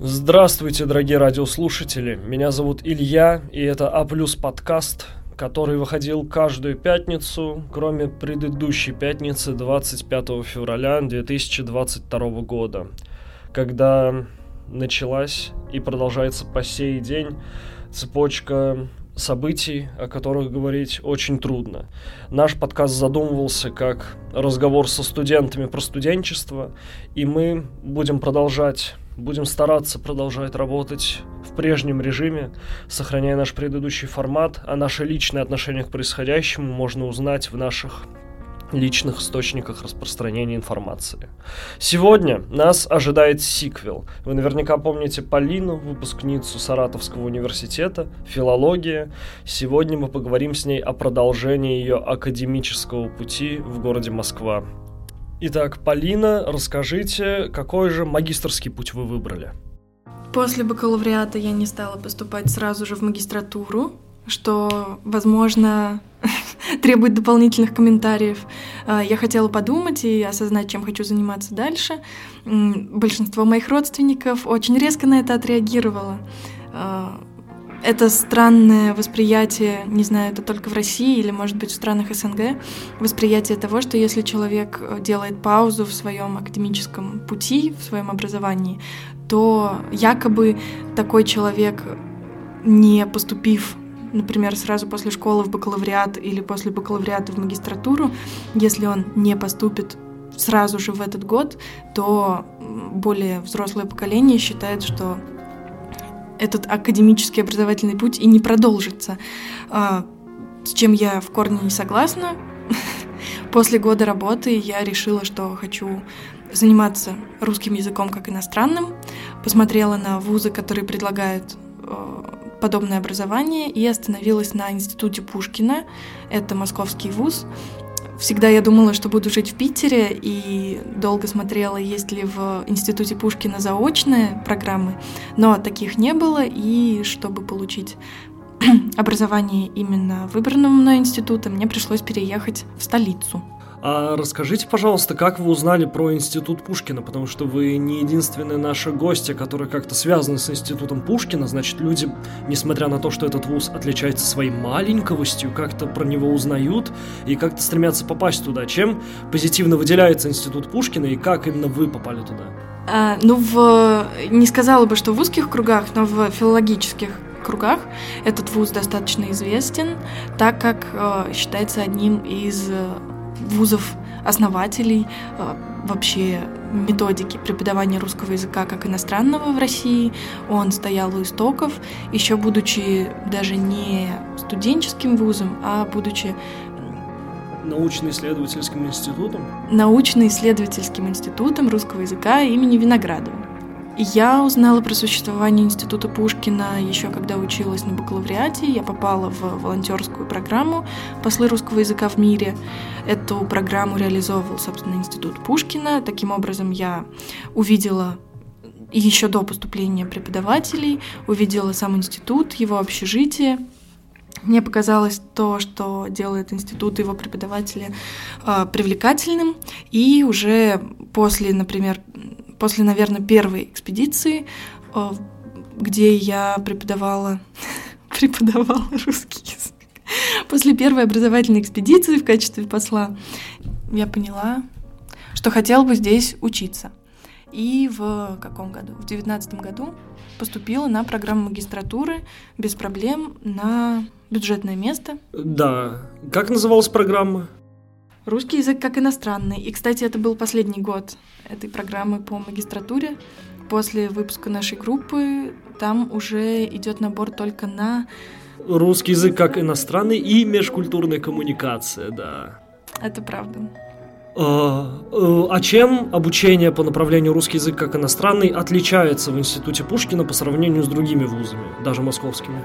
Здравствуйте, дорогие радиослушатели. Меня зовут Илья, и это А+ подкаст, который выходил каждую пятницу, кроме предыдущей пятницы 25 февраля 2022 года, когда началась и продолжается по сей день цепочка событий, о которых говорить очень трудно. Наш подкаст задумывался как разговор со студентами про студенчество, и мы будем стараться продолжать работать в прежнем режиме, сохраняя наш предыдущий формат, а наше личное отношение к происходящему можно узнать в наших личных источниках распространения информации. Сегодня нас ожидает сиквел. Вы наверняка помните Полину, выпускницу Саратовского университета, филология. Сегодня мы поговорим с ней о продолжении ее академического пути в городе Москва. Итак, Полина, расскажите, какой же магистерский путь вы выбрали? После бакалавриата я не стала поступать сразу же в магистратуру, что, возможно, требует дополнительных комментариев. Я хотела подумать и осознать, чем хочу заниматься дальше. Большинство моих родственников очень резко на это отреагировало. Это странное восприятие, не знаю, это только в России или, может быть, в странах СНГ, восприятие того, что если человек делает паузу в своем академическом пути, в своем образовании, то якобы такой человек, не поступив, например, сразу после школы в бакалавриат или после бакалавриата в магистратуру, если он не поступит сразу же в этот год, то более взрослое поколение считает, что этот академический образовательный путь и не продолжится, с чем я в корне не согласна. После года работы я решила, что хочу заниматься русским языком как иностранным, посмотрела на вузы, которые предлагают подобное образование, и остановилась на Институте Пушкина. Это московский вуз. Всегда я думала, что буду жить в Питере, и долго смотрела, есть ли в Институте Пушкина заочные программы, но таких не было, и чтобы получить образование именно выбранного мной института, мне пришлось переехать в столицу. А расскажите, пожалуйста, как вы узнали про Институт Пушкина, потому что вы не единственные наши гости, которые как-то связаны с Институтом Пушкина, значит, люди, несмотря на то, что этот вуз отличается своей маленьковостью, как-то про него узнают и как-то стремятся попасть туда. Чем позитивно выделяется Институт Пушкина и как именно вы попали туда? Не сказала бы, что в узких кругах, но в филологических кругах этот вуз достаточно известен, так как считается одним из вузов-основателей вообще методики преподавания русского языка как иностранного в России. Он стоял у истоков, еще будучи даже не студенческим вузом, а будучи научно-исследовательским институтом? Научно-исследовательским институтом русского языка имени Виноградова. Я узнала про существование Института Пушкина еще когда училась на бакалавриате. Я попала в волонтерскую программу «Послы русского языка в мире». Эту программу реализовывал, собственно, Институт Пушкина. Таким образом, я увидела еще до поступления преподавателей, увидела сам институт, его общежитие. Мне показалось то, что делает институт и его преподаватели привлекательным. И уже после, наверное, первой экспедиции, где я преподавала русский язык, после первой образовательной экспедиции в качестве посла, я поняла, что хотела бы здесь учиться. И в каком году? В 2019 году поступила на программу магистратуры без проблем на бюджетное место. Да. Как называлась программа? Русский язык как иностранный. И, кстати, это был последний год этой программы по магистратуре. После выпуска нашей группы там уже идет набор только на русский язык как иностранный и межкультурная коммуникация, да. Это правда. А чем обучение по направлению русский язык как иностранный отличается в Институте Пушкина по сравнению с другими вузами, даже московскими?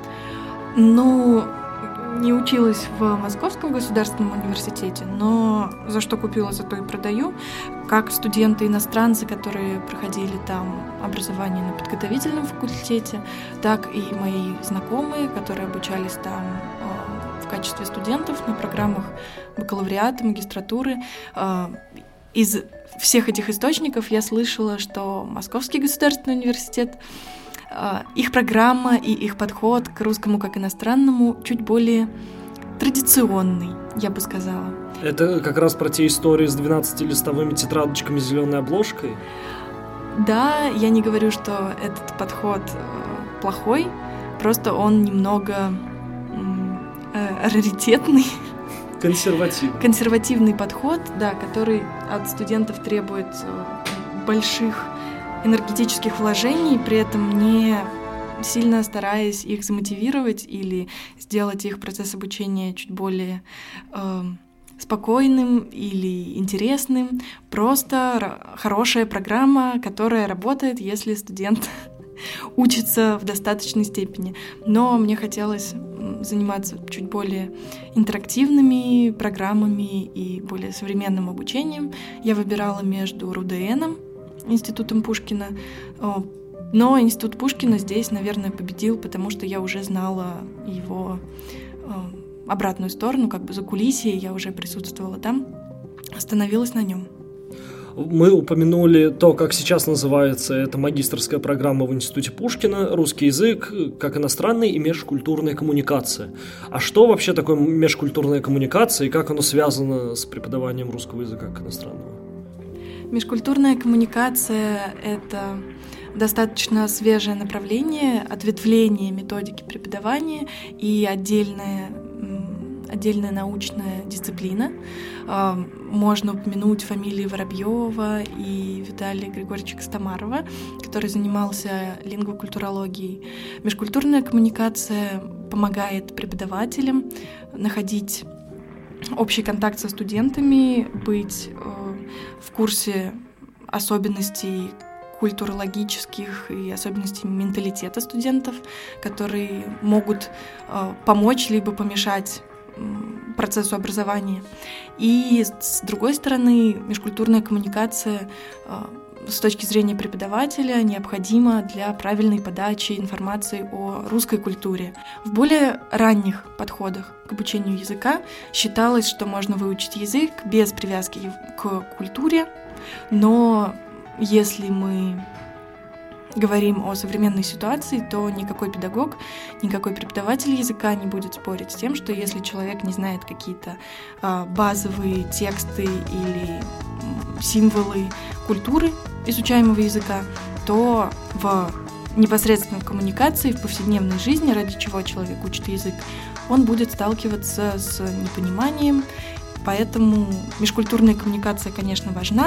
Не училась в Московском государственном университете, но за что купила, за то и продаю. Как студенты-иностранцы, которые проходили там образование на подготовительном факультете, так и мои знакомые, которые обучались там в качестве студентов на программах бакалавриата, магистратуры. из всех этих источников я слышала, что Московский государственный университет, их программа и их подход к русскому как иностранному чуть более традиционный, я бы сказала. Это как раз про те истории с 12-листовыми тетрадочками с зеленой обложкой? Да, я не говорю, что этот подход плохой, просто он немного раритетный. Консервативный подход, да, который от студентов требует больших энергетических вложений, при этом не сильно стараясь их замотивировать или сделать их процесс обучения чуть более спокойным или интересным. Просто хорошая программа, которая работает, если студент учится в достаточной степени. Но мне хотелось заниматься чуть более интерактивными программами и более современным обучением. Я выбирала между РУДНом, Институтом Пушкина, но Институт Пушкина здесь, наверное, победил, потому что я уже знала его обратную сторону, как бы закулисье, я уже присутствовала там, остановилась на нем. Мы упомянули то, как сейчас называется эта магистерская программа в Институте Пушкина, русский язык как иностранный и межкультурная коммуникация. А что вообще такое межкультурная коммуникация и как оно связано с преподаванием русского языка как иностранного? Межкультурная коммуникация — это достаточно свежее направление, ответвление методики преподавания и отдельная научная дисциплина. Можно упомянуть фамилии Воробьева и Виталия Григорьевича Костомарова, который занимался лингвокультурологией. Межкультурная коммуникация помогает преподавателям находить общий контакт со студентами, быть в курсе особенностей культурологических и особенностей менталитета студентов, которые могут помочь либо помешать процессу образования. И с другой стороны, межкультурная коммуникация с точки зрения преподавателя необходима для правильной подачи информации о русской культуре. В более ранних подходах к обучению языка считалось, что можно выучить язык без привязки к культуре, но если мы говорим о современной ситуации, то никакой педагог, никакой преподаватель языка не будет спорить с тем, что если человек не знает какие-то базовые тексты или символы культуры изучаемого языка, то в непосредственной коммуникации, в повседневной жизни, ради чего человек учит язык, он будет сталкиваться с непониманием. Поэтому межкультурная коммуникация, конечно, важна,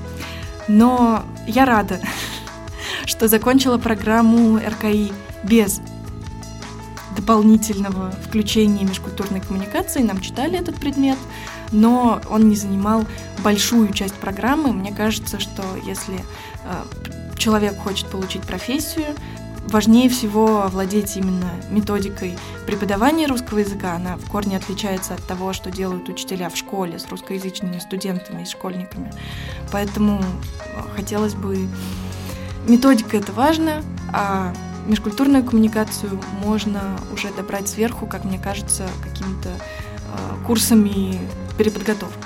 но я рада, что закончила программу РКИ без дополнительного включения межкультурной коммуникации. Нам читали этот предмет, но он не занимал большую часть программы. Мне кажется, что если человек хочет получить профессию, важнее всего овладеть именно методикой преподавания русского языка. Она в корне отличается от того, что делают учителя в школе с русскоязычными студентами и школьниками. Поэтому хотелось бы... Методика — это важно, а межкультурную коммуникацию можно уже добрать сверху, как мне кажется, какими-то курсами переподготовки.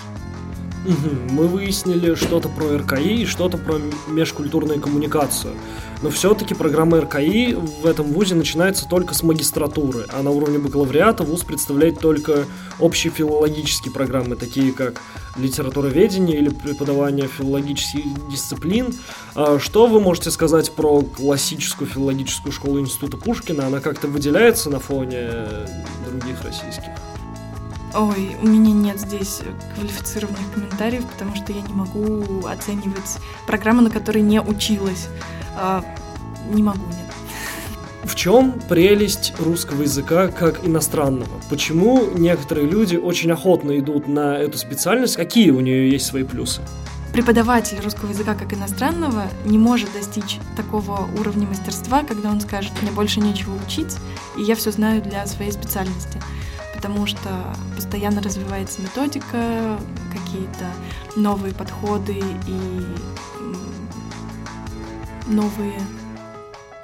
Мы выяснили что-то про РКИ и что-то про межкультурную коммуникацию. Но все-таки программа РКИ в этом вузе начинается только с магистратуры, а на уровне бакалавриата вуз представляет только общие филологические программы, такие как литературоведение или преподавание филологических дисциплин. Что вы можете сказать про классическую филологическую школу Института Пушкина? Она как-то выделяется на фоне других российских? Ой, у меня нет здесь квалифицированных комментариев, потому что я не могу оценивать программу, на которой не училась. Не могу, нет. В чем прелесть русского языка как иностранного? Почему некоторые люди очень охотно идут на эту специальность? Какие у нее есть свои плюсы? Преподаватель русского языка как иностранного не может достичь такого уровня мастерства, когда он скажет: мне больше нечего учить, и я все знаю для своей специальности. Потому что постоянно развивается методика, какие-то новые подходы и новые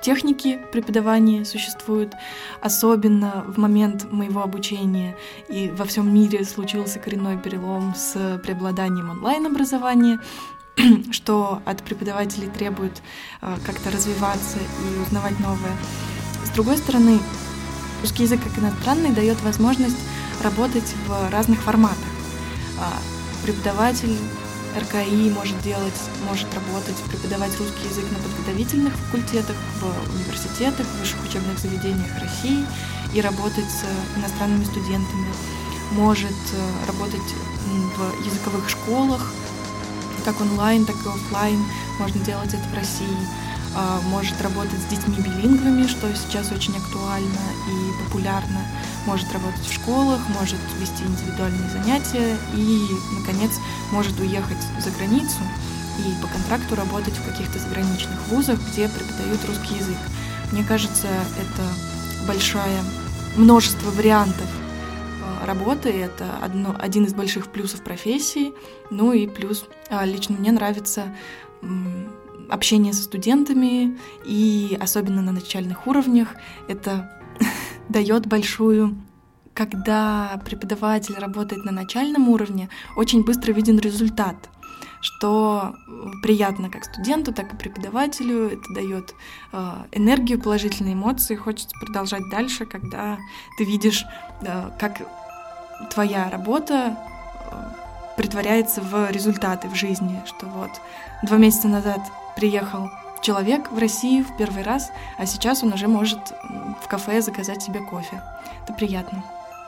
техники преподавания существуют, особенно в момент моего обучения, и во всем мире случился коренной перелом с преобладанием онлайн-образования, что от преподавателей требует как-то развиваться и узнавать новое. С другой стороны, русский язык как иностранный дает возможность работать в разных форматах. Преподаватель РКИ может работать, преподавать русский язык на подготовительных факультетах, в университетах, в высших учебных заведениях России и работать с иностранными студентами. Может работать в языковых школах, как онлайн, так и офлайн. Можно делать это в России. Может работать с детьми билингвами, что сейчас очень актуально и популярно. Может работать в школах, может вести индивидуальные занятия и, наконец, может уехать за границу и по контракту работать в каких-то заграничных вузах, где преподают русский язык. Мне кажется, это большое множество вариантов работы, это один из больших плюсов профессии. Ну и плюс лично мне нравится общение со студентами, и особенно на начальных уровнях это дает большую... Когда преподаватель работает на начальном уровне, очень быстро виден результат, что приятно как студенту, так и преподавателю. Это дает энергию, положительные эмоции. Хочется продолжать дальше, когда ты видишь, как твоя работа претворяется в результаты в жизни, что вот 2 месяца назад приехал человек в Россию в первый раз, а сейчас он уже может в кафе заказать себе кофе. Это приятно.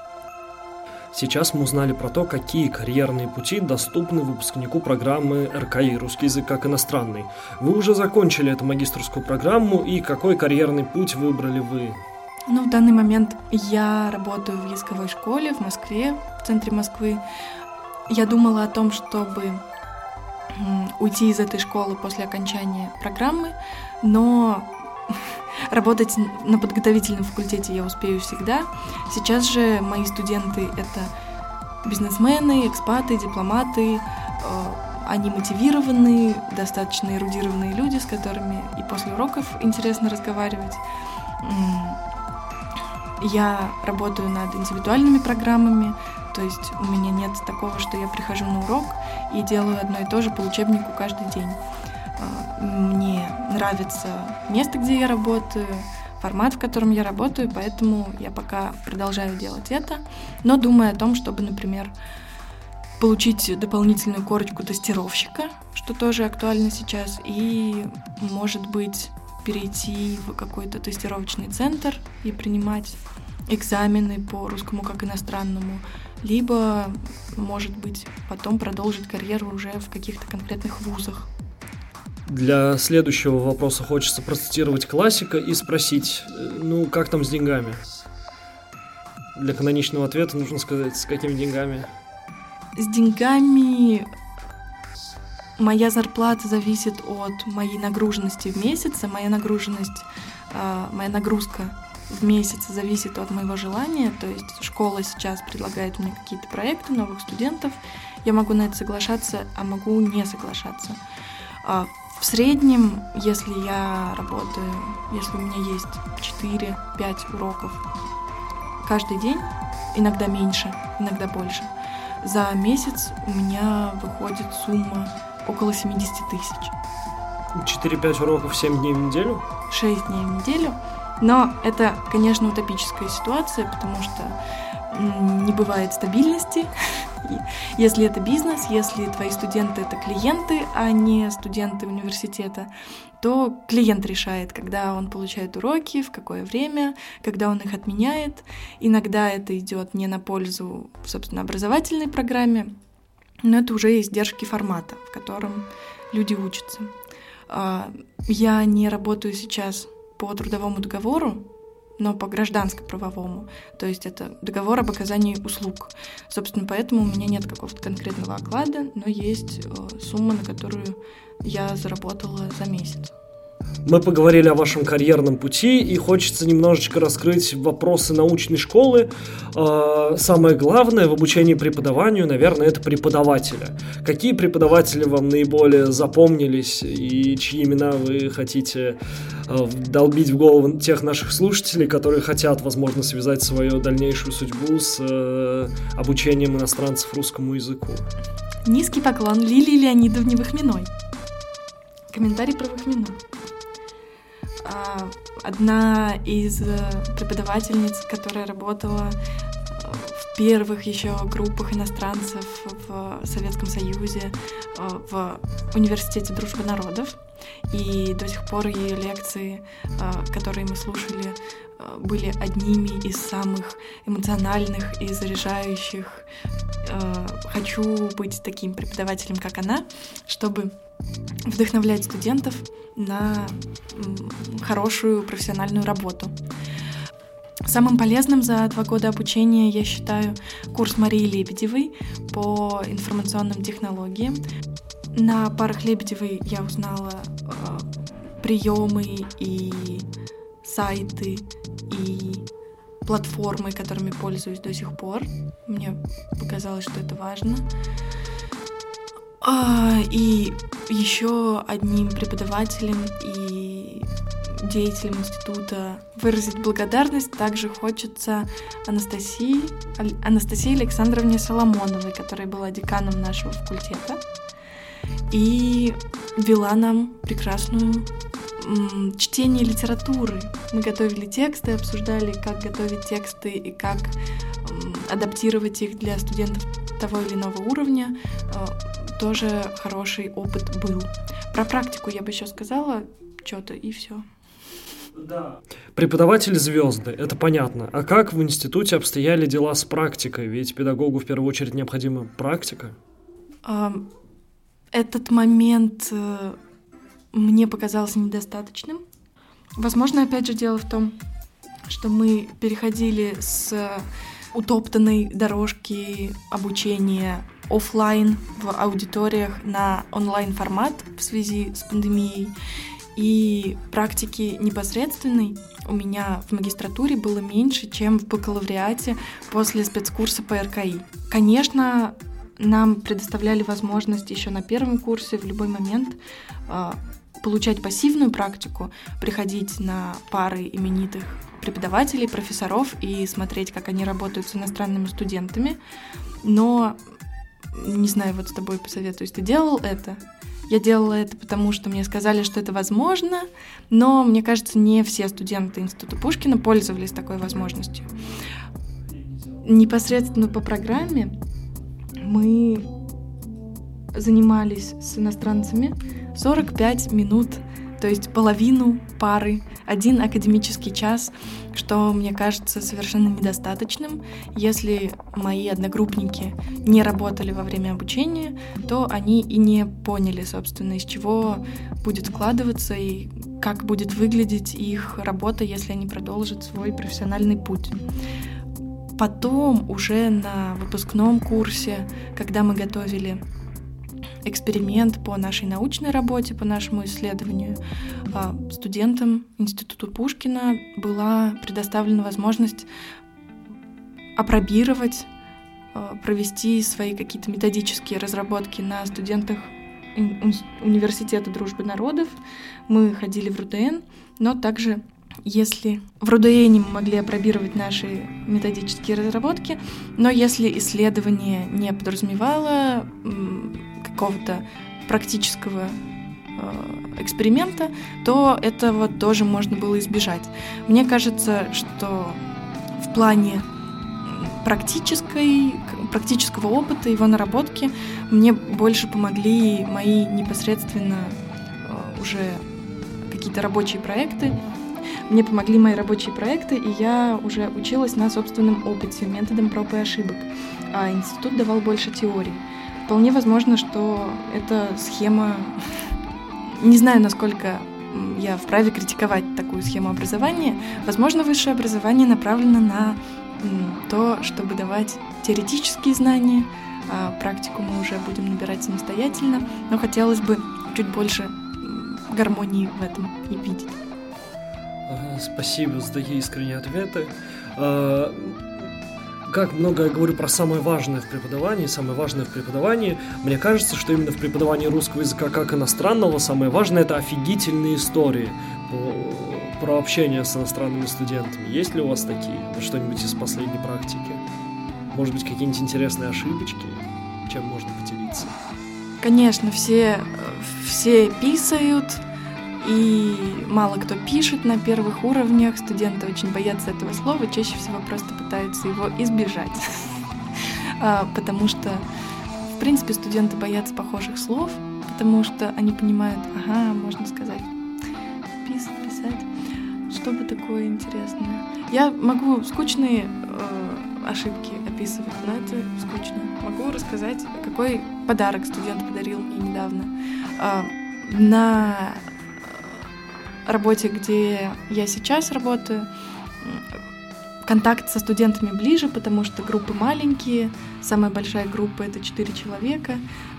Сейчас мы узнали про то, какие карьерные пути доступны выпускнику программы РКИ «Русский язык как иностранный». Вы уже закончили эту магистерскую программу, и какой карьерный путь выбрали вы? В данный момент я работаю в языковой школе в Москве, в центре Москвы. Я думала о том, чтобы уйти из этой школы после окончания программы, но работать на подготовительном факультете я успею всегда. Сейчас же мои студенты — это бизнесмены, экспаты, дипломаты. Они мотивированные, достаточно эрудированные люди, с которыми и после уроков интересно разговаривать. Я работаю над индивидуальными программами, то есть у меня нет такого, что я прихожу на урок и делаю одно и то же по учебнику каждый день. Мне нравится место, где я работаю, формат, в котором я работаю, поэтому я пока продолжаю делать это, но думаю о том, чтобы, например, получить дополнительную корочку тестировщика, что тоже актуально сейчас, и, может быть, перейти в какой-то тестировочный центр и принимать экзамены по русскому как иностранному, либо, может быть, потом продолжить карьеру уже в каких-то конкретных вузах. Для следующего вопроса хочется процитировать классика и спросить, как там с деньгами? Для каноничного ответа нужно сказать, с какими деньгами? С деньгами моя зарплата зависит от моей нагруженности в месяц, моя нагрузка в месяц зависит от моего желания, то есть школа сейчас предлагает мне какие-то проекты новых студентов, я могу на это соглашаться, а могу не соглашаться. В среднем, если я работаю, если у меня есть 4-5 уроков каждый день, иногда меньше, иногда больше, за месяц у меня выходит сумма около 70 тысяч. 4-5 уроков 7 дней в неделю? 6 дней в неделю. Но это, конечно, утопическая ситуация, потому что не бывает стабильности. Если это бизнес, если твои студенты — это клиенты, а не студенты университета, то клиент решает, когда он получает уроки, в какое время, когда он их отменяет. Иногда это идет не на пользу, собственно, образовательной программе, но это уже издержки формата, в котором люди учатся. Я не работаю сейчас по трудовому договору, но по гражданско-правовому. То есть это договор об оказании услуг. Собственно, поэтому у меня нет какого-то конкретного оклада, но есть сумма, на которую я заработала за месяц. Мы поговорили о вашем карьерном пути, и хочется немножечко раскрыть вопросы научной школы. Самое главное в обучении преподаванию, наверное, это преподавателя. Какие преподаватели вам наиболее запомнились, и чьи имена вы хотите долбить в голову тех наших слушателей, которые хотят, возможно, связать свою дальнейшую судьбу с обучением иностранцев русскому языку? Низкий поклон Лилии Леонидовне Вахминой. Комментарий про Вахмину. Одна из преподавательниц, которая работала в первых еще группах иностранцев в Советском Союзе, в Университете Дружбы Народов. И до сих пор ее лекции, которые мы слушали, были одними из самых эмоциональных и заряжающих. Хочу быть таким преподавателем, как она, чтобы вдохновлять студентов на хорошую профессиональную работу. Самым полезным за 2 года обучения я считаю курс Марии Лебедевой по информационным технологиям. На парах Лебедевой я узнала приемы и сайты, и платформы, которыми пользуюсь до сих пор. Мне показалось, что это важно. И еще одним преподавателем и деятелем института выразить благодарность также хочется Анастасии Александровне Соломоновой, которая была деканом нашего факультета и вела нам прекрасную чтение литературы. Мы готовили тексты, обсуждали, как готовить тексты и как адаптировать их для студентов того или иного уровня. Тоже хороший опыт был. Про практику я бы еще сказала что-то, и все. Да. Преподаватель звезды, это понятно. А как в институте обстояли дела с практикой? Ведь педагогу в первую очередь необходима практика. Этот момент мне показался недостаточным. Возможно, опять же, дело в том, что мы переходили с утоптанной дорожки обучения офлайн в аудиториях на онлайн-формат в связи с пандемией. И практики непосредственной у меня в магистратуре было меньше, чем в бакалавриате после спецкурса по РКИ. Конечно, нам предоставляли возможность еще на первом курсе в любой момент получать пассивную практику, приходить на пары именитых преподавателей, профессоров и смотреть, как они работают с иностранными студентами. Но, не знаю, вот с тобой посоветуюсь, ты делал это? Я делала это, потому что мне сказали, что это возможно, но, мне кажется, не все студенты Института Пушкина пользовались такой возможностью. Непосредственно по программе мы занимались с иностранцами 45 минут, то есть половину пары, 1 академический час, что мне кажется совершенно недостаточным. Если мои одногруппники не работали во время обучения, то они и не поняли, собственно, из чего будет складываться и как будет выглядеть их работа, если они продолжат свой профессиональный путь. Потом уже на выпускном курсе, когда мы готовили эксперимент по нашей научной работе, по нашему исследованию, студентам Института Пушкина была предоставлена возможность апробировать, провести свои какие-то методические разработки на студентах Университета Дружбы Народов. Мы ходили в РУДН, но также, если в РУДН мы могли апробировать наши методические разработки, но если исследование не подразумевало какого-то практического эксперимента, то этого тоже можно было избежать. Мне кажется, что в плане практического опыта, его наработки мне больше помогли мои непосредственно уже какие-то рабочие проекты. Мне помогли мои рабочие проекты, и я уже училась на собственном опыте, методом проб и ошибок. А институт давал больше теории. Вполне возможно, что эта схема... Не знаю, насколько я вправе критиковать такую схему образования. Возможно, высшее образование направлено на то, чтобы давать теоретические знания, а практику мы уже будем набирать самостоятельно, но хотелось бы чуть больше гармонии в этом и видеть. Спасибо за такие искренние ответы. Как много я говорю про самое важное в преподавании, мне кажется, что именно в преподавании русского языка как иностранного самое важное — это офигительные истории про общение с иностранными студентами. Есть ли у вас такие? Что-нибудь из последней практики? Может быть, какие-нибудь интересные ошибочки? Чем можно поделиться? Конечно, все писают, и мало кто пишет на первых уровнях. Студенты очень боятся этого слова, чаще всего просто пытаются его избежать. Потому что, в принципе, студенты боятся похожих слов, потому что они понимают, можно сказать, писать, что бы такое интересное. Я могу скучные ошибки описывать, но это скучно. Могу рассказать, какой подарок студент подарил мне недавно. На работе, где я сейчас работаю, контакт со студентами ближе, потому что группы маленькие, самая большая группа — это 4 человека.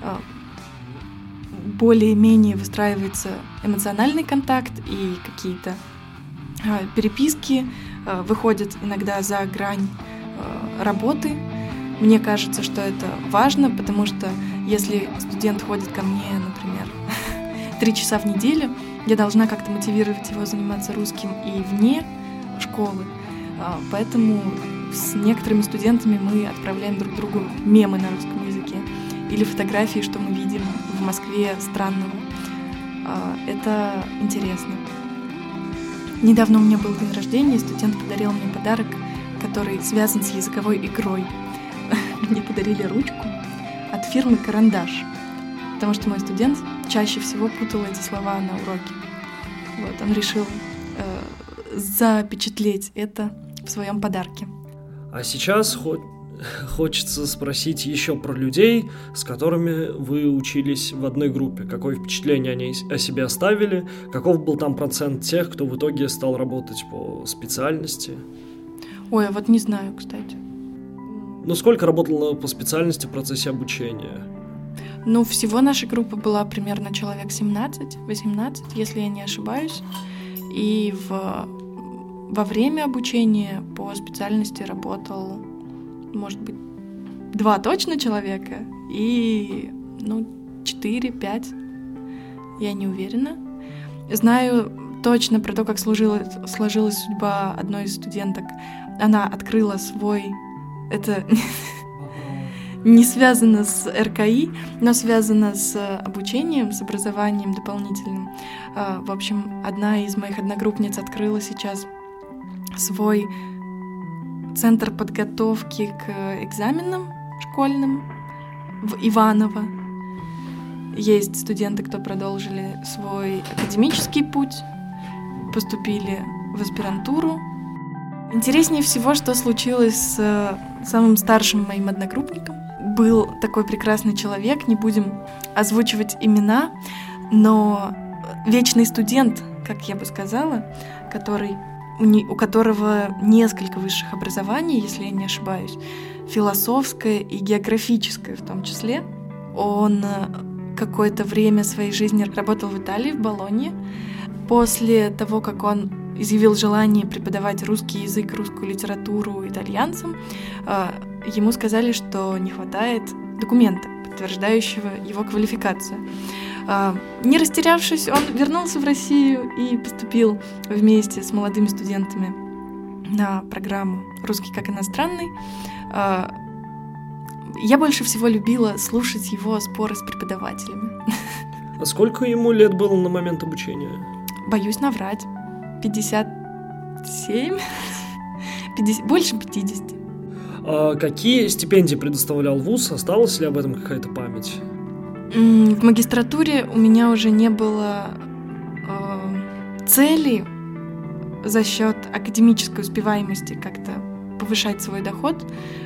Более-менее выстраивается эмоциональный контакт, и какие-то переписки выходят иногда за грань работы. Мне кажется, что это важно, потому что если студент ходит ко мне, например, 3 часа в неделю, я должна как-то мотивировать его заниматься русским и вне школы. Поэтому с некоторыми студентами мы отправляем друг другу мемы на русском языке или фотографии, что мы видим в Москве странного. Это интересно. Недавно у меня был день рождения, и студент подарил мне подарок, который связан с языковой игрой. Мне подарили ручку от фирмы «Карандаш», потому что мой студент чаще всего путал эти слова на уроке. Вот, он решил запечатлеть это в своем подарке. А сейчас хочется спросить еще про людей, с которыми вы учились в одной группе. Какое впечатление они о себе оставили? Каков был там процент тех, кто в итоге стал работать по специальности? Ой, я вот не знаю, кстати. Ну, сколько работало по специальности в процессе обучения? Ну, всего наша группа была примерно человек 17-18, если я не ошибаюсь. И во время обучения по специальности работал, может быть, 2 точно человека и, 4-5, я не уверена. Знаю точно про то, как сложилась судьба одной из студенток. Она открыла свой... Это не связано с РКИ, но связано с обучением, с образованием дополнительным. В общем, одна из моих одногруппниц открыла сейчас свой центр подготовки к экзаменам школьным в Иваново. Есть студенты, кто продолжили свой академический путь, поступили в аспирантуру. Интереснее всего, что случилось с самым старшим моим одногруппником. Был такой прекрасный человек, не будем озвучивать имена, но вечный студент, как я бы сказала, у которого несколько высших образований, если я не ошибаюсь, философское и географическое в том числе. Он какое-то время своей жизни работал в Италии, в Болонье. После того, как он изъявил желание преподавать русский язык, русскую литературу итальянцам, ему сказали, что не хватает документа, подтверждающего его квалификацию. Не растерявшись, он вернулся в Россию и поступил вместе с молодыми студентами на программу «Русский как иностранный». Я больше всего любила слушать его споры с преподавателями. А сколько ему лет было на момент обучения? Боюсь наврать. 57? Больше 50. А какие стипендии предоставлял вуз? Осталась ли об этом какая-то память? В магистратуре у меня уже не было цели за счет академической успеваемости как-то повышать свой доход.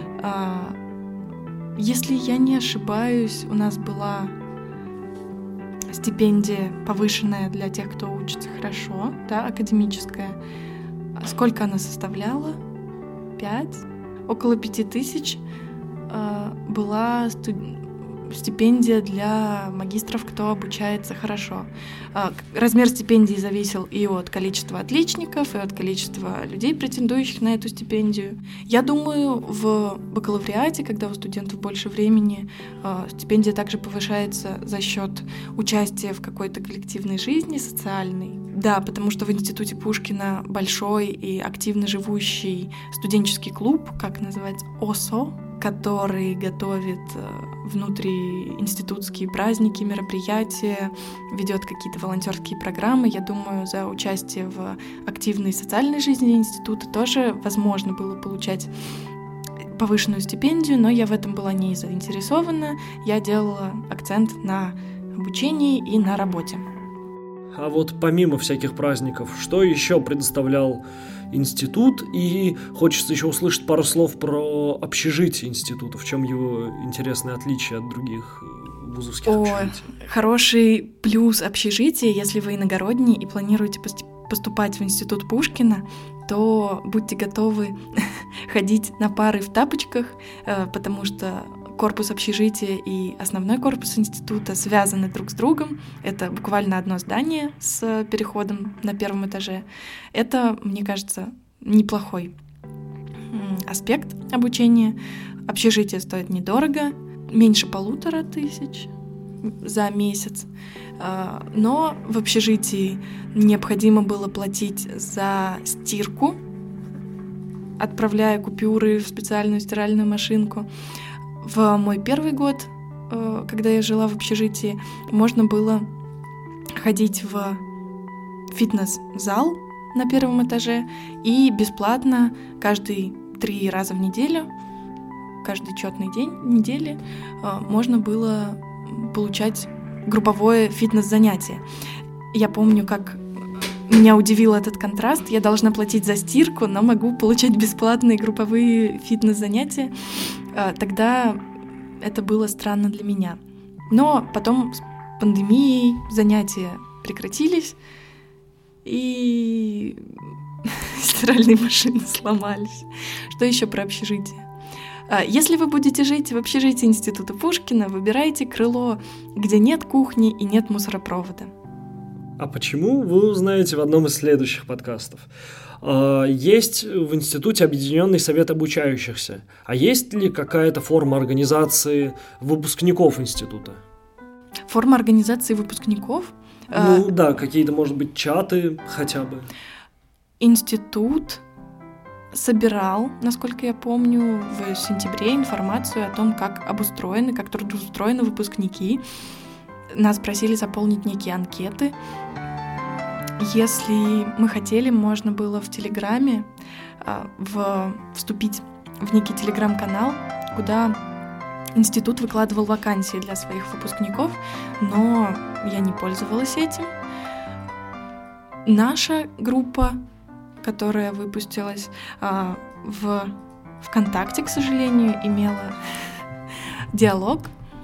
Если я не ошибаюсь, у нас была стипендия повышенная для тех, кто учится хорошо, да, академическая. Сколько она составляла? 5? Около 5000 была стипендия для магистров, кто обучается хорошо. Размер стипендии зависел и от количества отличников, и от количества людей, претендующих на эту стипендию. Я думаю, в бакалавриате, когда у студентов больше времени, стипендия также повышается за счет участия в какой-то коллективной жизни, социальной. Да, потому что в институте Пушкина большой и активно живущий студенческий клуб, как называется, ОСО, который готовит внутриинститутские праздники, мероприятия, ведет какие-то волонтерские программы. Я думаю, за участие в активной социальной жизни института тоже возможно было получать повышенную стипендию, но я в этом была не заинтересована. Я делала акцент на обучении и на работе. А вот помимо всяких праздников, что еще предоставлял институт? И хочется еще услышать пару слов про общежитие института. В чем его интересное отличие от других вузовских общежитий? Хороший плюс общежития, если вы иногородний и планируете поступать в институт Пушкина, то будьте готовы ходить на пары в тапочках, потому что корпус общежития и основной корпус института связаны друг с другом. Это буквально одно здание с переходом на первом этаже. Это, мне кажется, неплохой аспект обучения. Общежитие стоит недорого, меньше 1500 за месяц. Но в общежитии необходимо было платить за стирку, отправляя купюры в специальную стиральную машинку. В мой первый год, когда я жила в общежитии, можно было ходить в фитнес-зал на первом этаже и бесплатно каждые 3 раза в неделю, каждый четный день недели можно было получать групповое фитнес-занятие. Я помню, как меня удивил этот контраст. Я должна платить за стирку, но могу получать бесплатные групповые фитнес-занятия. Тогда это было странно для меня. Но потом с пандемией занятия прекратились, и стиральные машины сломались. Что еще про общежитие? Если вы будете жить в общежитии Института Пушкина, выбирайте крыло, где нет кухни и нет мусоропровода. А почему, вы узнаете в одном из следующих подкастов. Есть в институте Объединенный совет обучающихся. А есть ли какая-то форма организации выпускников института? Форма организации выпускников? Ну да, какие-то, может быть, чаты хотя бы. Институт собирал, насколько я помню, в сентябре информацию о том, как обустроены, как трудоустроены выпускники. Нас просили заполнить некие анкеты. Если мы хотели, можно было в Телеграме вступить в некий Телеграм-канал, куда институт выкладывал вакансии для своих выпускников, но я не пользовалась этим. Наша группа, которая выпустилась в ВКонтакте, к сожалению, имела диалог.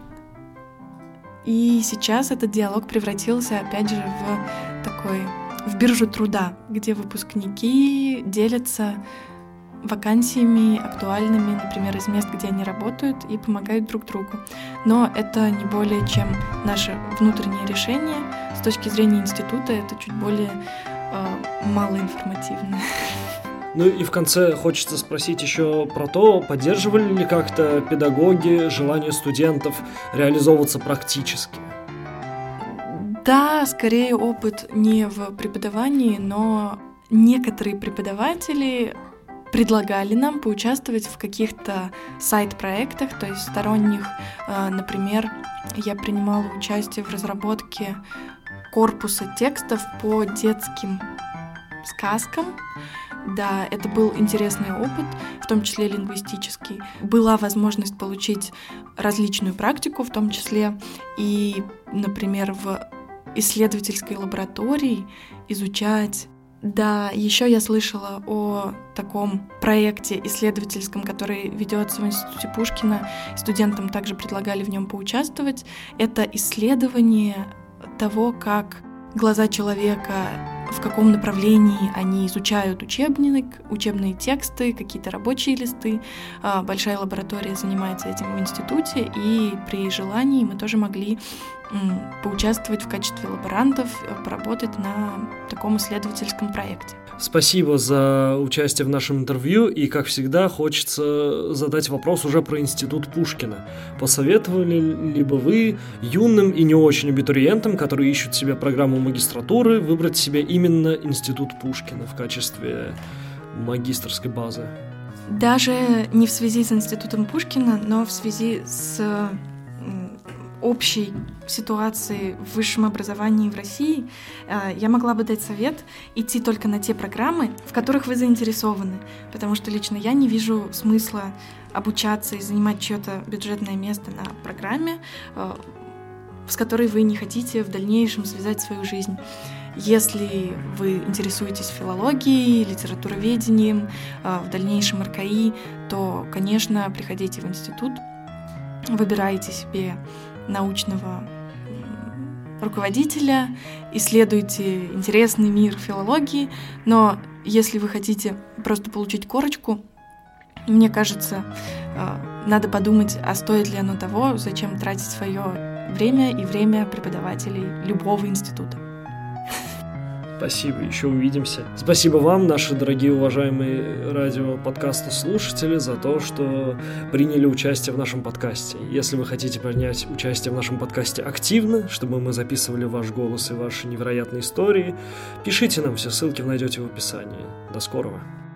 И сейчас этот диалог превратился, опять же, в биржу труда, где выпускники делятся вакансиями актуальными, например, из мест, где они работают, и помогают друг другу. Но это не более чем наше внутреннее решение. С точки зрения института это чуть более малоинформативно. Ну и в конце хочется спросить еще про то, поддерживали ли как-то педагоги желание студентов реализовываться практически? Да, скорее опыт не в преподавании, но некоторые преподаватели предлагали нам поучаствовать в каких-то сайт-проектах, то есть сторонних. Например, я принимала участие в разработке корпуса текстов по детским сказкам. Да, это был интересный опыт, в том числе лингвистический. Была возможность получить различную практику, в том числе и, например, в исследовательской лаборатории изучать. Да, еще я слышала о таком проекте исследовательском, который ведется в Институте Пушкина. Студентам также предлагали в нем поучаствовать. Это исследование того, как глаза человека, в каком направлении они изучают учебник, учебные тексты, какие-то рабочие листы. Большая лаборатория занимается этим в институте, и при желании мы тоже могли поучаствовать в качестве лаборантов, поработать на таком исследовательском проекте. Спасибо за участие в нашем интервью, и, как всегда, хочется задать вопрос уже про Институт Пушкина. Посоветовали ли бы вы юным и не очень абитуриентам, которые ищут себе программу магистратуры, выбрать себе именно Институт Пушкина в качестве магистерской базы? Даже не в связи с Институтом Пушкина, но в связи с общей ситуации в высшем образовании в России, я могла бы дать совет идти только на те программы, в которых вы заинтересованы, потому что лично я не вижу смысла обучаться и занимать чье-то бюджетное место на программе, с которой вы не хотите в дальнейшем связать свою жизнь. Если вы интересуетесь филологией, литературоведением, в дальнейшем РКИ, то, конечно, приходите в институт, выбирайте себе научного руководителя, исследуйте интересный мир филологии, но если вы хотите просто получить корочку, мне кажется, надо подумать, а стоит ли оно того, зачем тратить свое время и время преподавателей любого института. Спасибо, еще увидимся. Спасибо вам, наши дорогие уважаемые радиоподкаста слушатели, за то, что приняли участие в нашем подкасте. Если вы хотите принять участие в нашем подкасте активно, чтобы мы записывали ваш голос и ваши невероятные истории, пишите нам, все ссылки вы найдете в описании. До скорого.